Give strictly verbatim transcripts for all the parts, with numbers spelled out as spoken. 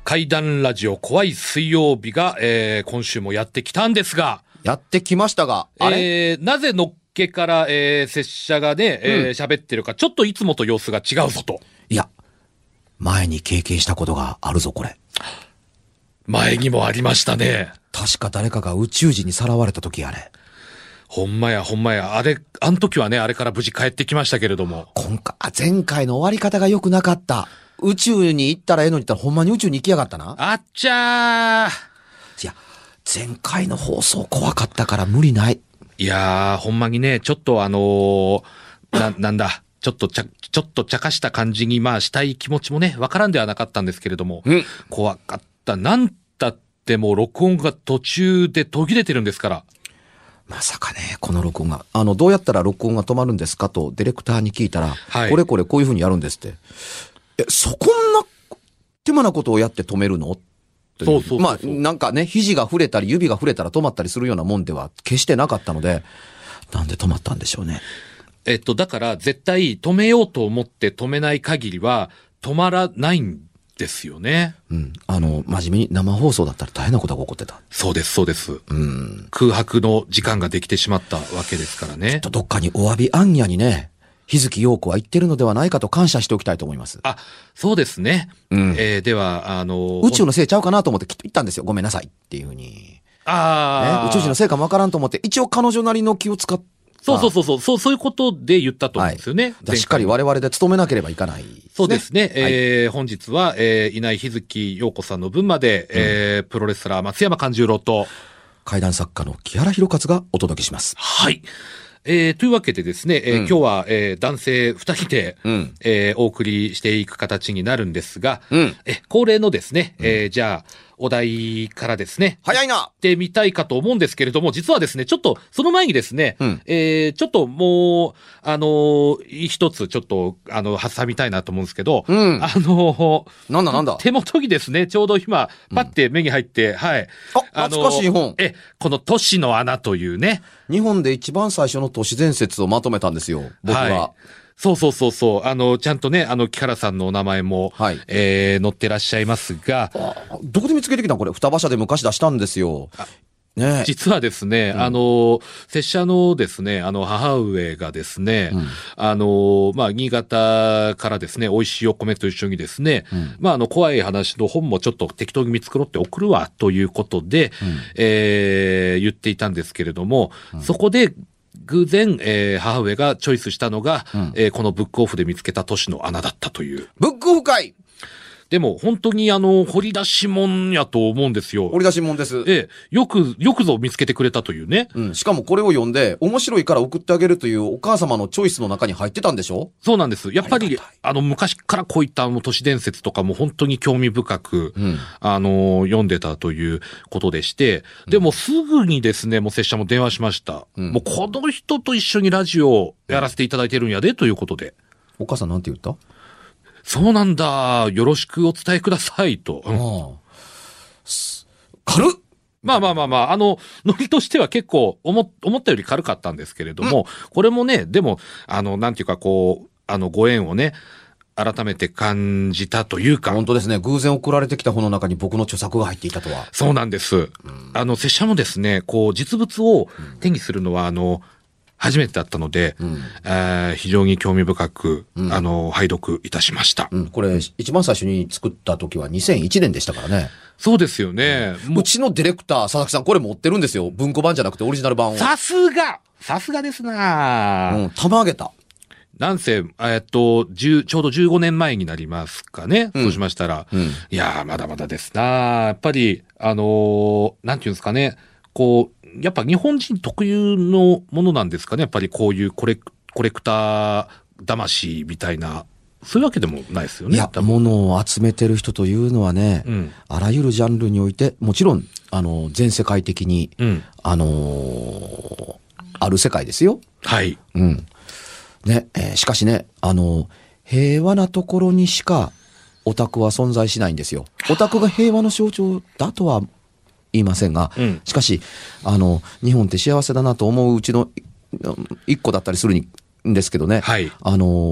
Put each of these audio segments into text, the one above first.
怪談ラジオ怖い水曜日が、えー、今週もやってきたんですが。 やってきましたが、あれ、 えー、なぜのっけから、えー、拙者がね、えー、喋、うん、ってるか、ちょっといつもと様子が違うぞと。 いや、前に経験したことがあるぞ、これ。 前にもありましたね。 確か誰かが宇宙人にさらわれた時あれ。 ほんまや、ほんまや。あれ、あの時はね、あれから無事帰ってきましたけれども。 今回、前回の終わり方が良くなかった。宇宙に行ったらええのに言ったらほんまに宇宙に行きやがったな。 あっちゃー。いや、前回の放送怖かったから無理ない。 いやー、ほんまにね、ちょっとあのー、な、なんだ、ちょっとちゃ、ちょっと茶化した感じにまあしたい気持ちもね、わからんではなかったんですけれども、 うん、 怖かった。なんたっても録音が途中で途切れてるんですから。 まさかね、この録音が、あの、どうやったら録音が止まるんですかとディレクターに聞いたら、はい、これこれこういう風にやるんですって。え、そこんな手間なことをやって止めるの？ そうそうそうそう。 まあ、なんかね、肘が触れたり指が触れたら止まったりするようなもんでは決してなかったので、なんで止まったんでしょうね。 えっと、だから絶対止めようと思って止めない限りは止まらないんですよね。 うん。あの、真面目に生放送だったら大変なことが起こってた。 そうです、そうです。 うん。 空白の時間ができてしまったわけですからね。 きっとどっかにお詫び行脚にね、日月陽子は言ってるのではないかと感謝しておきたいと思います。 あ、そうですね。うん。えー、では、あのー、 宇宙のせいちゃうかなと思ってきっと言ったんですよ。ごめんなさいっていうふうに。 ああ、 ね。宇宙人のせいかもわからんと思って、一応彼女なりの気を使って、 そうそうそうそう、そう、そういうことで言ったと思うんですよね。 はい、しっかり我々で務めなければいかない、ね。 そうですね。えーはい、本日は、えー、いない日月陽子さんの分まで、うん、えー、プロレスラー松山勘十郎と、 怪談作家の木原博勝がお届けします。 はい。えー、というわけでですね、えーうん、今日は、えー、男性二人で、うんえー、お送りしていく形になるんですが、うん、え恒例のですね、うん、えー、じゃあ、お題からですね。 早いなってみたいかと思うんですけれども、実はですね、ちょっと、その前にですね、うん、えー、ちょっともう、あのー、一つちょっと、あの、挟みたいなと思うんですけど、 うん、 あのー、 なんだなんだ手元にですね、ちょうど今、パッて目に入って、うん、はい。 あ、懐かしい本。 え、この都市の穴というね。 日本で一番最初の都市伝説をまとめたんですよ、僕は。はい、 そうそうそうそう。あの、ちゃんとね、あの、木原さんのお名前も、はい、えー、載ってらっしゃいますが。 どこで見つけてきたのこれ、双葉社で昔出したんですよ。ね、 実はですね、うん、あの、拙者のですね、あの、母上がですね、うん、あの、まあ、新潟からですね、美味しいお米と一緒にですね、うん、まあ、あの、怖い話の本もちょっと適当に見繕って送るわ、ということで、うん、えー、言っていたんですけれども、そこで、偶然、えー、母上がチョイスしたのが、うんえー、このブックオフで見つけた都市の穴だったという。 ブックオフかいでも、本当にあの、掘り出し物やと思うんですよ。 掘り出し物です。 ええ、よく、よくぞ見つけてくれたというね。 うん。しかもこれを読んで、面白いから送ってあげるというお母様のチョイスの中に入ってたんでしょ？ そうなんです。やっぱり、あの、昔からこういったあの、都市伝説とかも本当に興味深く、うん、あの、読んでたということでして、でもすぐにですね、もう拙者も電話しました。うん、もうこの人と一緒にラジオをやらせていただいてるんやで、ということで。 お母さんなんて言った？ そうなんだ。よろしくお伝えくださいと。うん、 軽っまあまあまあまあ、あの、ノリとしては結構思、思ったより軽かったんですけれども、うん、これもね、でも、あの、なんていうかこう、あの、ご縁をね、改めて感じたというか。 本当ですね。偶然送られてきた本の中に僕の著作が入っていたとは。 そうなんです。うん、あの、拙者もですね、こう、実物を手にするのは、あの、初めてだったので、うんえー、非常に興味深く、うん、あの、拝読いたしました、 うん。これ、一番最初に作った時はにせんいちねんでしたからね。 そうですよね。 うん、うちのディレクター、佐々木さん、これ持ってるんですよ。文庫版じゃなくてオリジナル版を。 さすがさすがですなうん、玉上げた。 なんせ、えっと、じゅう、ちょうどじゅうごねんまえになりますかね。うん、そうしましたら。うん、いやー、まだまだですなやっぱり、あのー、なんていうんですかね。こう、やっぱ日本人特有のものなんですかね。やっぱりこういうコレク、コレクター魂みたいな、そういうわけでもないですよね。 いや、物を集めてる人というのはね、うん、あらゆるジャンルにおいて、もちろん、あの、全世界的に、うん、あのー、ある世界ですよ。 はい。 うん。ね、えー、しかしね、あの、平和なところにしか、オタクは存在しないんですよ。オタクが平和の象徴だとは言いませんが、うん、しかし、あの、日本って幸せだなと思ううちの一個だったりするんですけどね。 はい。 あの、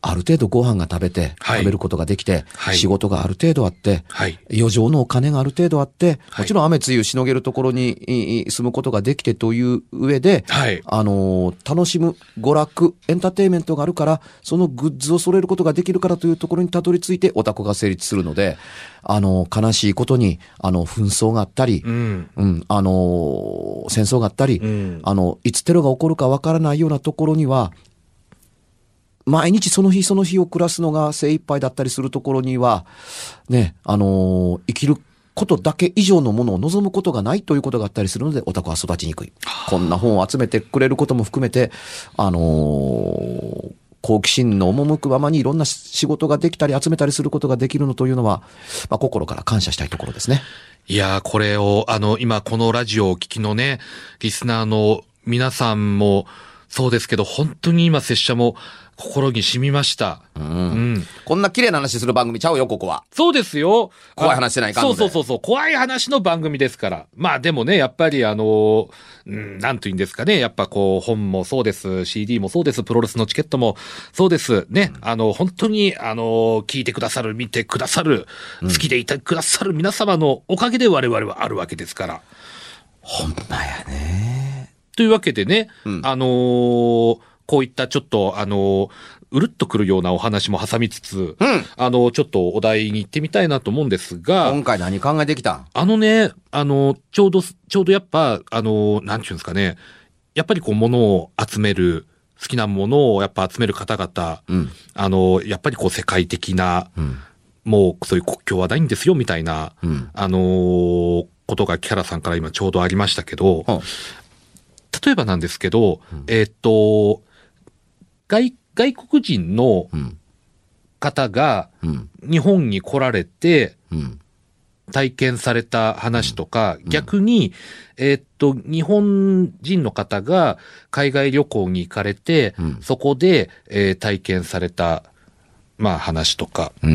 ある程度ご飯が食べて、 はい、 食べることができて、 はい、 仕事がある程度あって、はい、余剰のお金がある程度あって、もちろん雨露しのげるところに住むことができてという上で、はい、あのー、楽しむ娯楽、エンターテインメントがあるから、そのグッズを揃えることができるからというところにたどり着いてオタクが成立するので、あのー、悲しいことに、あの、紛争があったり、うん、うん、あのー、戦争があったり、うん、あの、いつテロが起こるかわからないようなところには、毎日その日その日を暮らすのが精一杯だったりするところには、ね、あのー、生きることだけ以上のものを望むことがないということがあったりするので、オタクは育ちにくい。こんな本を集めてくれることも含めて、あのー、好奇心の赴くままにいろんな仕事ができたり集めたりすることができるのというのは、まあ、心から感謝したいところですね。 いやー、これを、あの、今このラジオをお聞きのね、リスナーの皆さんもそうですけど、本当に今拙者も心に染みました。 うん。うん、こんな綺麗な話する番組ちゃうよ、ここは。 そうですよ。 怖い話してないかんので。 そうそうそうそう。怖い話の番組ですから。まあでもね、やっぱりあの、うん、なんというんですかね。やっぱこう、本もそうです。シーディー もそうです。プロレスのチケットもそうです。ね。うん、あの、本当に、あの、聞いてくださる、見てくださる、好きでいてくださる皆様のおかげで我々はあるわけですから。 ほんまやね。 というわけでね、うん、あのー、こういったちょっと、あの、うるっとくるようなお話も挟みつつ、うん、あの、ちょっとお題に行ってみたいなと思うんですが、 今回何考えてきた？ あのね、あの、ちょうど、ちょうどやっぱ、あの、なんていうんですかね、やっぱりこう、物を集める、好きなものをやっぱ集める方々、うん、あの、やっぱりこう、世界的な、うん、もうそういう国境はないんですよ、みたいな、うん、あのー、ことが木原さんから今ちょうどありましたけど、うん、例えばなんですけど、うん、えー、っと、外、外国人の方が日本に来られて体験された話とか、うん、逆に、えー、っと、日本人の方が海外旅行に行かれて、うん、そこで、えー、体験された、まあ話とか。うん。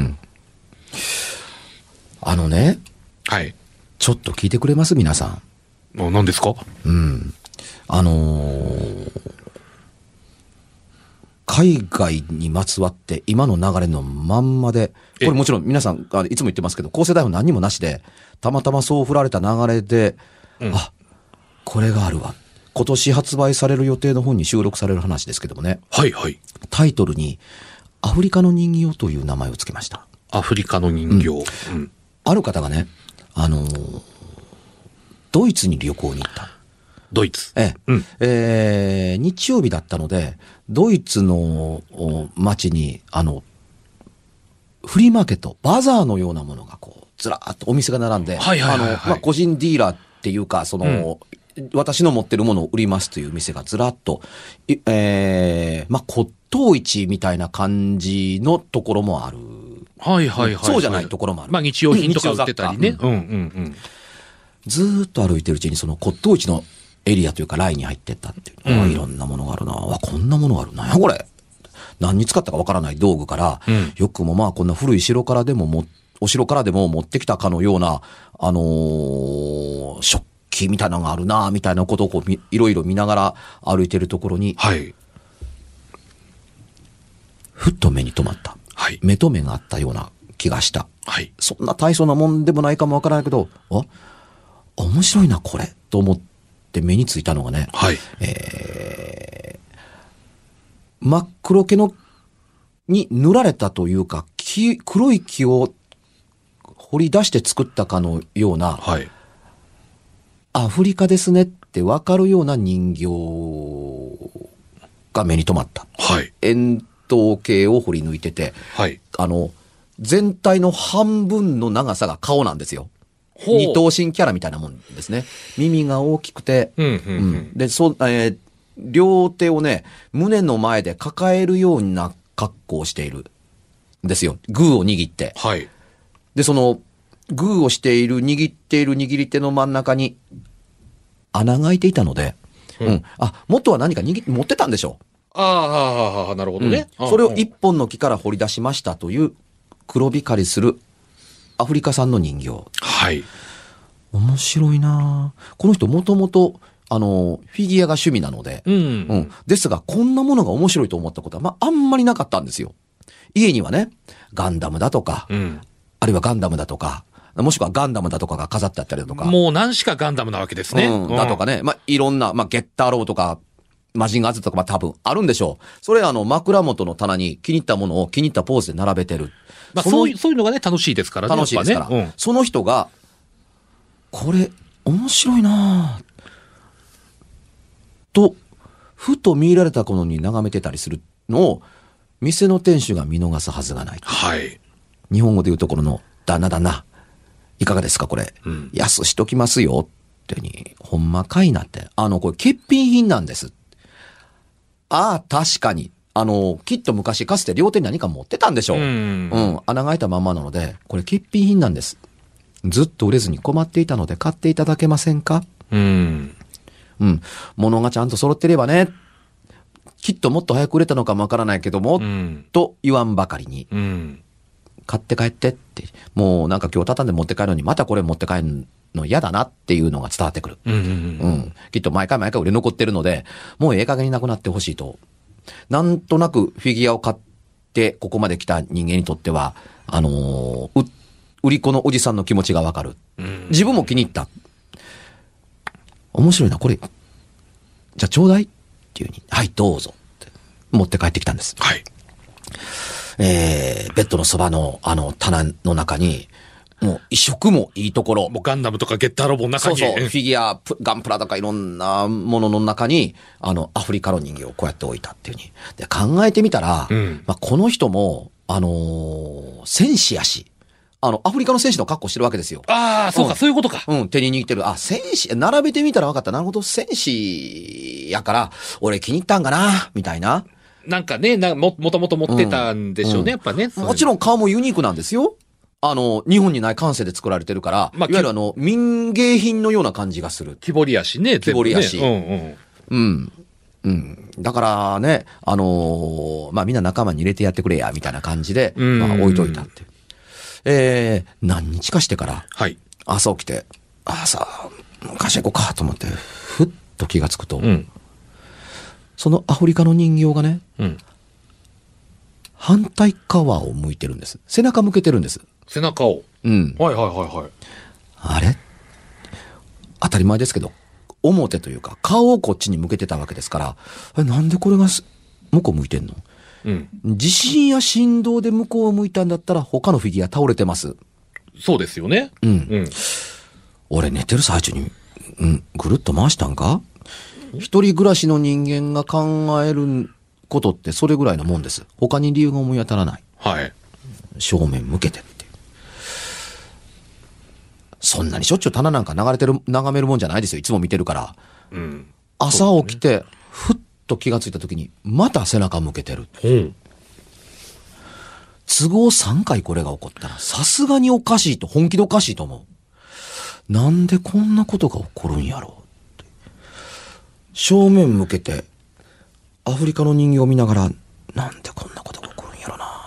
あのね。 はい。 ちょっと聞いてくれます皆さん。 あ、何ですか？ うん。あのー、海外にまつわって今の流れのまんまで、これもちろん皆さんいつも言ってますけど、構成台本何にもなしで、たまたまそう振られた流れで、うん、あ、これがあるわ。今年発売される予定の本に収録される話ですけどもね。 はいはい。 タイトルに、アフリカの人形という名前を付けました。 アフリカの人形。 うんうん、ある方がね、あのー、ドイツに旅行に行った。 ドイツ。 ええ。うん、えー、日曜日だったので、ドイツの街に、あの、フリーマーケット、バザーのようなものがこう、ずらーっとお店が並んで、 はいはいはいはい、 あの、まあ、個人ディーラーっていうか、その、うん、私の持ってるものを売りますという店がずらっと、えー、まあ、骨董市みたいな感じのところもある。 はいはいはい、はい。 そうじゃないところもある。 まあ、日用品とか売ってたりね。うんうんうん。 ずーっと歩いてるうちにその骨董市のエリアというかラインに入ってったっていう、うん、いろんなものがあるな。わ、こんなものがあるな。やこれ。何に使ったかわからない道具から、うん、よくもまあこんな古い城からでもも、お城からでも持ってきたかのような、あのー、食器みたいなのがあるな、みたいなことをこういろいろ見ながら歩いてるところに、 はい。 ふっと目に留まった。 はい。 目と目があったような気がした。 はい。 そんな大層なもんでもないかもわからないけど、あ、面白いな、これ。と思って目についたのがね、 はい。 えー、真っ黒毛の、に塗られたというか、木、黒い木を掘り出して作ったかのような、 はい。 アフリカですねってわかるような人形が目に留まった。 はい。 円筒形を掘り抜いてて、 はい。 あの、全体の半分の長さが顔なんですよ。二頭身キャラみたいなもんですね。耳が大きくて、 うんうんうんうん、 で、そ、えー、両手をね、胸の前で抱えるような格好をしているんですよ。グーを握って。 はい。 で、その、グーをしている、握っている握り手の真ん中に穴が開いていたので、うん。うん、あ、元は何か握持ってたんでしょう。 ああ、ああ、なるほどね。 うん、それを一本の木から掘り出しましたという黒光りするアフリカ産の人形。 はい。 面白いなぁ。この人もともと、あの、フィギュアが趣味なので、 うん。 うん。ですが、こんなものが面白いと思ったことは、まあ、あんまりなかったんですよ。 家にはね、ガンダムだとか、 うん、 あるいはガンダムだとか、もしくはガンダムだとかが飾ってあったりだとか。 もう何しかガンダムなわけですね。 うん、だとかね。まあ、いろんな、まあ、ゲッターローとか、マジンガー Z とか、まあ、多分あるんでしょう。それあの、枕元の棚に気に入ったものを気に入ったポーズで並べてる。 まあ、そういう、そういうのがね、楽しいですからね。 楽しいですから。 ねうん、 その人が、これ、面白いなぁ。と、ふと見入られたものに眺めてたりするのを、店の店主が見逃すはずがない。 はい。 日本語で言うところの、旦那旦那。いかがですかこれ。うん、安しときますよ。ってに、ほんまかいなって。あの、これ欠品品なんです。ああ、確かに。あの、きっと昔かつて両手に何か持ってたんでしょう。うん。うん。穴が開いたまんまなので、これ欠品品なんです。ずっと売れずに困っていたので買っていただけませんか？うん。うん。物がちゃんと揃ってればね。きっともっと早く売れたのかもわからないけども、うん、と言わんばかりに。うん。買って帰ってって、もうなんか今日畳んで持って帰るのにまたこれ持って帰るの嫌だなっていうのが伝わってくる。うんうんうん。うん。きっと毎回毎回売れ残ってるので、もうええ加減になくなってほしいと。なんとなくフィギュアを買ってここまで来た人間にとっては、あのー、う、売り子のおじさんの気持ちがわかる。うん、自分も気に入った。面白いな、これ。じゃあちょうだいっていうに、はい、どうぞって持って帰ってきたんです。はい。えー、ベッドのそばのあの棚の中に、もう一色もいいところ。 もうガンダムとかゲッターロボの中に。 そうそう、フィギュア、ガンプラとかいろんなものの中に、あの、アフリカの人形をこうやって置いたっていうに。で、考えてみたら、うん、まあ、この人も、あのー、戦士やし。あの、アフリカの戦士の格好してるわけですよ。 ああ、そうか、うん、そういうことか。 うん、手に握ってる。あ、戦士、並べてみたら分かった。なるほど、戦士やから、俺気に入ったんかな、みたいな。 なんかね、なも、もともと持ってたんでしょうね、うん、やっぱね。 もちろん顔もユニークなんですよ。あの、日本にない感性で作られてるから、まあ、いわゆるあの、民芸品のような感じがする。 木彫り足ね、 木彫り足。 うんうん。 うん。うん。だからね、あのー、まあ、みんな仲間に入れてやってくれや、みたいな感じで、まあ、置いといたって。えー、何日かしてから、はい。朝起きて、朝、会社行こうかと思って、ふっと気がつくと、うん、そのアフリカの人形がね、うん、反対側を向いてるんです。背中向けてるんです。 背中を。うん。はいはいはいはい。 あれ当たり前ですけど、表というか、顔をこっちに向けてたわけですから、え、なんでこれが向こう向いてんの？うん。地震や振動で向こうを向いたんだったら、他のフィギュア倒れてます。 そうですよね。うん。うん。 俺寝てる最中に、うん、ぐるっと回したんか？一人暮らしの人間が考えることってそれぐらいのもんです。他に理由が思い当たらない。はい。正面向けてって。そんなにしょっちゅう棚なんか流れてる、眺めるもんじゃないですよ。いつも見てるから。うん。朝起きて、ふっと気がついた時に、また背中向けてる。うん。都合さんかいこれが起こったら、さすがにおかしいと、本気でおかしいと思う。なんでこんなことが起こるんやろうって。正面向けて、アフリカの人形を見ながら、なんでこんなことが起こるんやろな。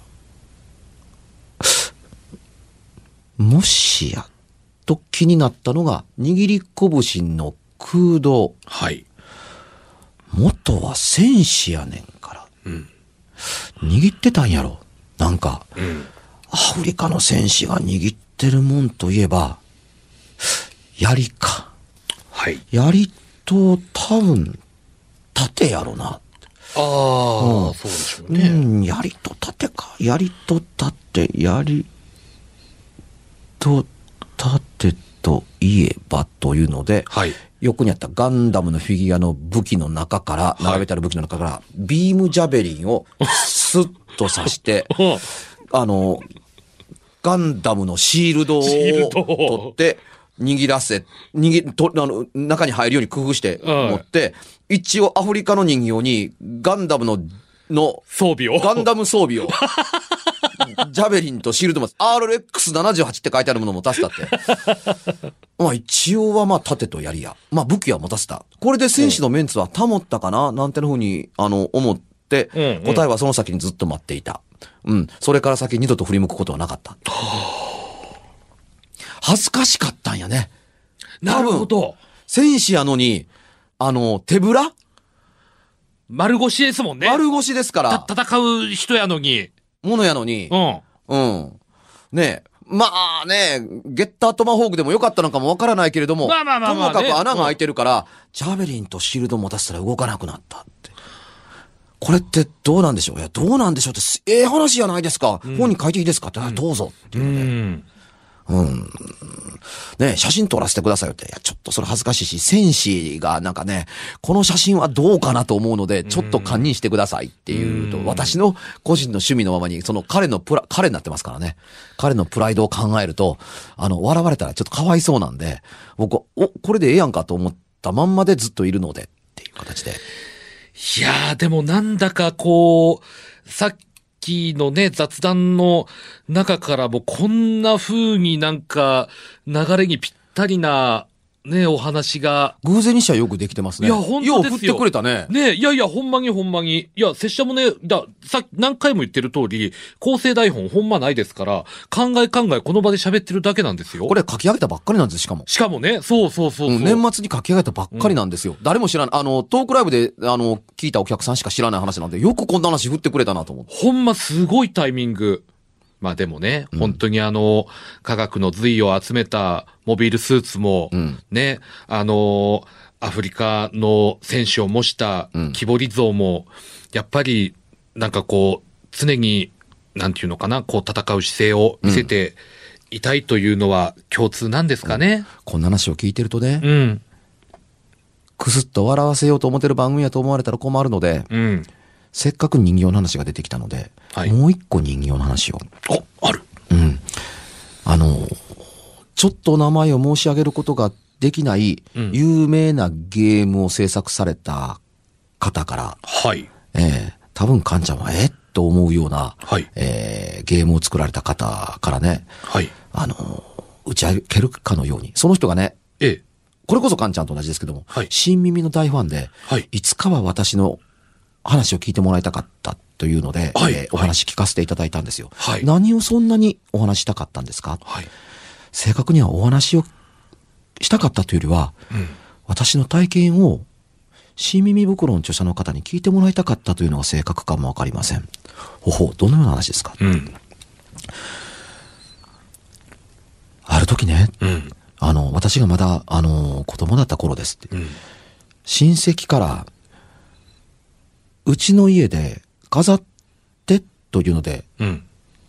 もしや、と気になったのが、握り拳の空洞。はい。元は戦士やねんから。うん。握ってたんやろ。なんか、うん、アフリカの戦士が握ってるもんといえば、槍か。はい。槍と多分、盾やろな。ああ、うん、そうでしょうね。 うん、槍と盾か。槍と盾、槍と盾といえばというので、はい。横にあったガンダムのフィギュアの武器の中から、並べてある武器の中から、ビームジャベリンをスッと刺して、あの、ガンダムのシールドを取って、握らせ、握、と、あの、中に入るように工夫して持って、一応アフリカの人形にガンダムの、の、 装備を。 ガンダム装備を。ジャベリンとシールドも アールエックスななじゅうはち って書いてあるものも持たせたって。まあ一応はまあ盾と槍や。まあ武器は持たせた。これで戦士のメンツは保ったかな、なんてのふうに、あの、思って、うんうん、答えはその先にずっと待っていた。うん。それから先二度と振り向くことはなかった。恥ずかしかったんやね。 なるほど。 戦士やのに、あの、手ぶら丸腰ですもんね。 丸腰ですから。 戦う人やのに。 ものやのに。 うん。 うん。ねえ。まあね、ゲッタートマホークでもよかったのかもわからないけれども、 まあまあまあまあ、ね、 ともかく穴が開いてるから、ジャベリンとシールド持たせたら動かなくなったって。これってどうなんでしょう？いや、どうなんでしょうって、ええ話じゃないですか。うん、本に書いていいですかって、うん、どうぞっていうので。うんうん。ね写真撮らせてくださいよって。いや、ちょっとそれ恥ずかしいし、戦士がなんかね、この写真はどうかなと思うので、ちょっと堪忍してくださいっていうと、私の個人の趣味のままに、その彼のプラ、彼になってますからね。彼のプライドを考えると、あの、笑われたらちょっとかわいそうなんで、僕、お、これでええやんかと思ったまんまでずっといるので、っていう形で。 いやー、でもなんだかこう、さっき、のね、雑談の中からもこんな風になんか流れにぴったりなね、お話が。 偶然にしてはよくできてますね。 いや、本当ですよ。 よう振ってくれたね。 ね、いやいや、ほんまにほんまに。いや、拙者もね、だ、さっき何回も言ってる通り、構成台本ほんまないですから、考え考えこの場で喋ってるだけなんですよ。 これ書き上げたばっかりなんです、しかも。 しかもね、そうそうそうそう、うん。 年末に書き上げたばっかりなんですよ。うん、誰も知らない。あの、トークライブで、あの、聞いたお客さんしか知らない話なんで、よくこんな話振ってくれたなと思って。 ほんますごいタイミング。まあでもね、うん、本当にあの、科学の髄を集めたモビルスーツも、ね、うん、あの、アフリカの戦士を模した木彫り像も、やっぱり、なんかこう、常に、なんていうのかな、こう戦う姿勢を見せていたいというのは共通なんですかね。うん、 こんな話を聞いてるとね、 うん。 くすっと笑わせようと思ってる番組やと思われたら困るので、 うん。 せっかく人形の話が出てきたので、はい、もう一個人形の話を。 あ、ある。 うん。あの、ちょっと名前を申し上げることができない有名なゲームを制作された方から、 はい。 えー、多分カンちゃんはえっと思うような、 はい。 えー、ゲームを作られた方からね、 はい。 あの、打ち上げるかのように、その人がね、 ええ。 これこそカンちゃんと同じですけども、 はい。 新耳の大ファンで、 はい。 いつかは私の話を聞いてもらいたかったというので、 はい、 えー、お話聞かせていただいたんですよ、 はい。 何をそんなにお話したかったんですか？ はい。 正確にはお話をしたかったというよりは、 うん、 私の体験を新耳袋の著者の方に聞いてもらいたかったというのが正確かもわかりません。ほほう、どのような話ですか？ うん、 ある時ね、 うん、 あの、私がまだ、あの、子供だった頃ですって、 うん、 親戚から、うちの家で飾ってというので、 うん、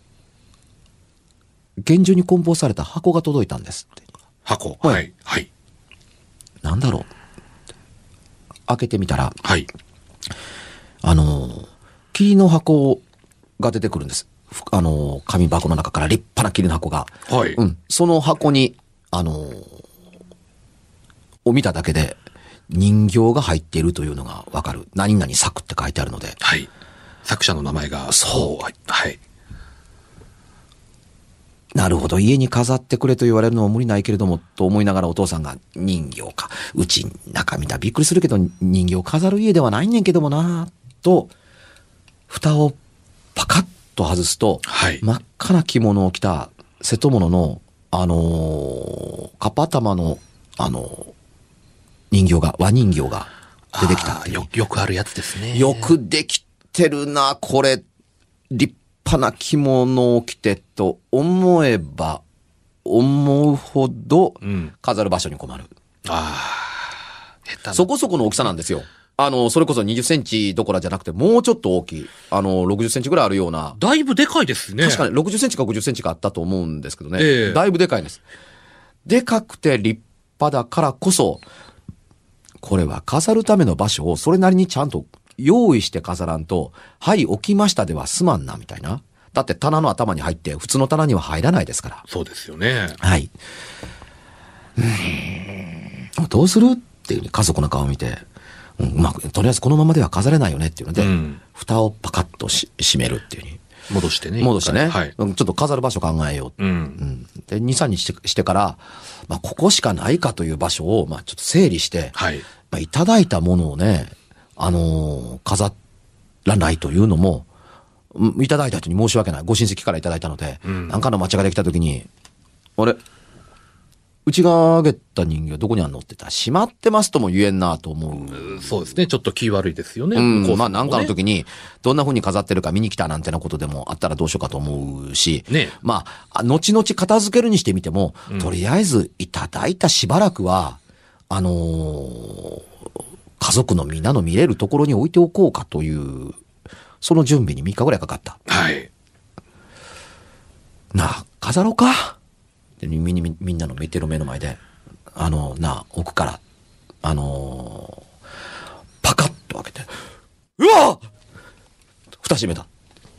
厳重に梱包された箱が届いたんですって。 箱、はい、はい。 なんだろう。開けてみたら、 はい。 あの、桐の箱が出てくるんです。あの、紙箱の中から立派な桐の箱が。 はい。 うん。その箱に、あの、を見ただけで、人形が入っているというのがわかる。何々作って書いてあるので。 はい。作者の名前が。 そう。 はい。 なるほど。家に飾ってくれと言われるのは無理ないけれども、と思いながらお父さんが人形か。うち中見たらびっくりするけど、人形飾る家ではないねんけどもなと、蓋をパカッと外すと、 はい、 真っ赤な着物を着た瀬戸物の、あのー、カッパ頭の、あのー、人形が、和人形が出てきたっていう。 よ、よくあるやつですね。 よくできてるな、これ。立派な着物を着てと思えば、思うほど、飾る場所に困る。 うん、ああ。 下手な。そこそこの大きさなんですよ。あの、それこそにじゅっセンチどころじゃなくて、もうちょっと大きい。あの、ろくじゅっセンチぐらいあるような。 だいぶでかいですね。 確かにろくじゅっセンチかごじゅっセンチかあったと思うんですけどね。 ええ、 だいぶでかいです。でかくて立派だからこそ、これは飾るための場所をそれなりにちゃんと用意して飾らんと、はい、置きましたでは済まんな、みたいな。だって棚の頭に入って、普通の棚には入らないですから。 そうですよね。 はい。うーん、どうするっていう家族の顔を見て、うん、まあ、とりあえずこのままでは飾れないよねっていうので、うん、蓋をパカッとし閉めるっていうに。 戻してね。 戻してね。 はい。 ちょっと飾る場所考えよう。うん。うん、で、に、さんにちしてしてから、まあ、ここしかないかという場所を、まあ、ちょっと整理して、 はい。 まあ、いただいたものをね、あのー、飾らないというのも、いただいた人に申し訳ない。ご親戚からいただいたので、うん、なんかの間違いできたときに、あれ、ううちがあげた人形どこにあんのって言ったら、閉まってますとも言えんなと思う。 そうですね。ちょっと気悪いですよね。 うん。 ね、 まあなんかの時に、どんな風に飾ってるか見に来たなんてなことでもあったらどうしようかと思うし、 ね。 まあ、後々片付けるにしてみても、 うん、 とりあえずいただいたしばらくは、あのー、家族のみんなの見れるところに置いておこうかという、その準備にみっかぐらいかかった。 はい。 なあ、飾ろうか。でみみみんなの見てる目の前で、あの、なあ、奥から、あのー、パカッと開けて、うわっ蓋閉めた。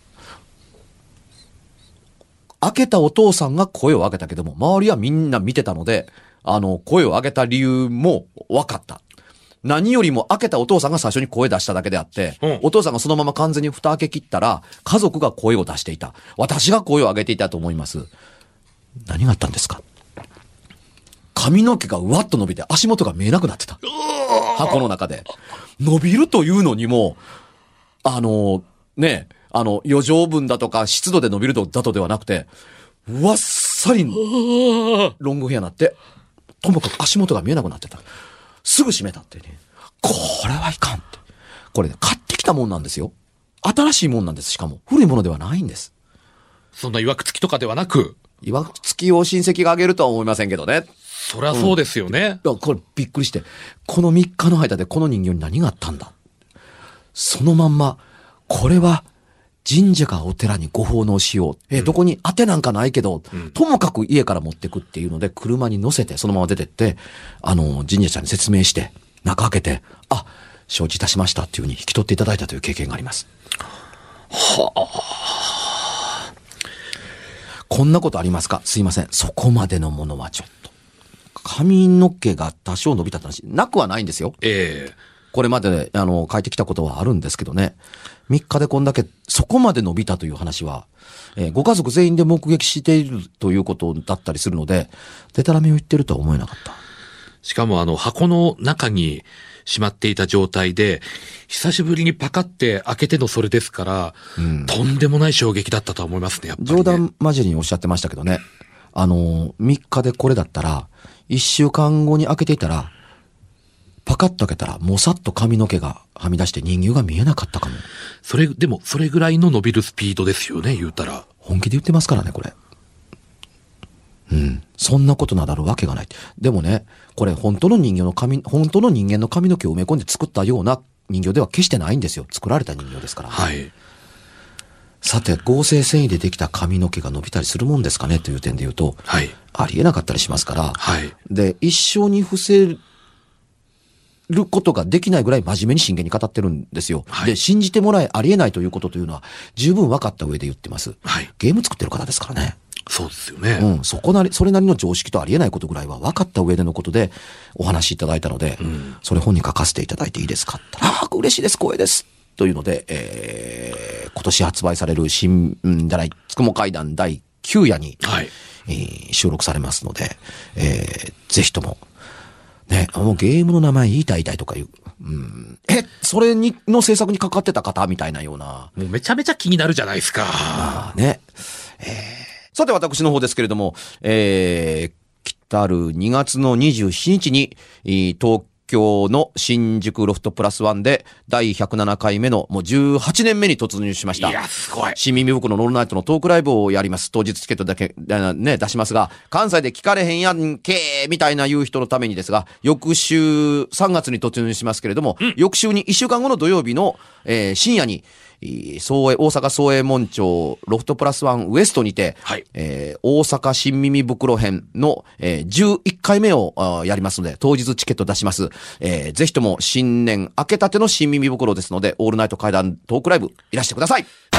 開けたお父さんが声を上げたけども、周りはみんな見てたので、あの、声を上げた理由も分かった。何よりも開けたお父さんが最初に声出しただけであって、うん、お父さんがそのまま完全に蓋開け切ったら、家族が声を出していた。私が声を上げていたと思います。何があったんですか？髪の毛がうわっと伸びて足元が見えなくなってた。箱の中で。伸びるというのにも、あの、ね、あの、余剰分だとか湿度で伸びるだとではなくて、わっさりロングヘアになって、ともかく足元が見えなくなってた。すぐ閉めたってね。これはいかんって。これね、買ってきたもんなんですよ。新しいもんなんです。しかも、古いものではないんです。 そんな曰くつきとかではなく、 曰くつきを親戚があげるとは思いませんけどね。 そりゃそうですよね。 うん、これびっくりして、このみっかの間でこの人形に何があったんだ。そのまんま、これは神社かお寺にご奉納しよう。え、うん、どこに当てなんかないけど、うん、ともかく家から持ってくっていうので、車に乗せて、そのまま出てって、あの、神社さんに説明して、中開けて、あ、承知いたしましたっていうふうに引き取っていただいたという経験があります。はあ。こんなことありますか？すいません。そこまでのものはちょっと。髪の毛が多少伸びたって話、なくはないんですよ。 ええー。 これまで、あの、書いてきたことはあるんですけどね。みっかでこんだけ、そこまで伸びたという話は、えー、ご家族全員で目撃しているということだったりするので、デタラメを言ってるとは思えなかった。 しかもあの、箱の中にしまっていた状態で、久しぶりにパカって開けてのそれですから、うん、とんでもない衝撃だったとは思いますね、やっぱり、ね。冗談交じりにおっしゃってましたけどね。あの、みっかでこれだったら、いっしゅうかんごに開けていたら、パカッと開けたら、もさっと髪の毛がはみ出して人形が見えなかったかも。 それ、でも、それぐらいの伸びるスピードですよね、言うたら。 本気で言ってますからね、これ。うん。そんなことなだるわけがない。でもね、これ本当の人形の髪、本当の人間の髪の毛を埋め込んで作ったような人形では決してないんですよ。作られた人形ですから。 はい。 さて、合成繊維でできた髪の毛が伸びたりするもんですかねという点で言うと、 はい。 ありえなかったりしますから、 はい。 で、一生に伏せることができないぐらい真面目に真剣に語ってるんですよ。はい。で、信じてもらえ、ありえないということというのは十分分かった上で言ってます。 はい。 ゲーム作ってる方ですからね。 そうですよね。 うん。そこなり、それなりの常識とありえないことぐらいは分かった上でのことでお話しいただいたので、うん、それ本に書かせていただいていいですか？ああ、嬉しいです、光栄です。というので、えー、今年発売される新、んじゃない、つくも怪談だいきゅうやに、 はい。 えー、収録されますので、えー、ぜひとも、ね、もうゲームの名前言いたい言いたいとかいう、うん、え、それに、の制作に関わってた方みたいなような。 もうめちゃめちゃ気になるじゃないですか。 まあね。えー、さて私の方ですけれども、えー、来たるにがつのにじゅうしちにちに、東京の新宿ロフトプラスワンでだいひゃくななかいめのもうじゅうはちねんめに突入しました。 いや、すごい。 新耳袋のオールナイトのトークライブをやります。当日チケットだけ、ね、出しますが、関西で聞かれへんやんけーみたいな言う人のためにですが、翌週さんがつに突入しますけれども、うん、翌週にいっしゅうかんごの土曜日の、えー、深夜に、総営、大阪総営門町ロフトプラスワンウエストにて、 はい、 えー、大阪新耳袋編の、えー、じゅういっかいめをやりますので、当日チケット出します。えー、ぜひとも新年明けたての新耳袋ですので、オールナイト怪談トークライブいらしてください。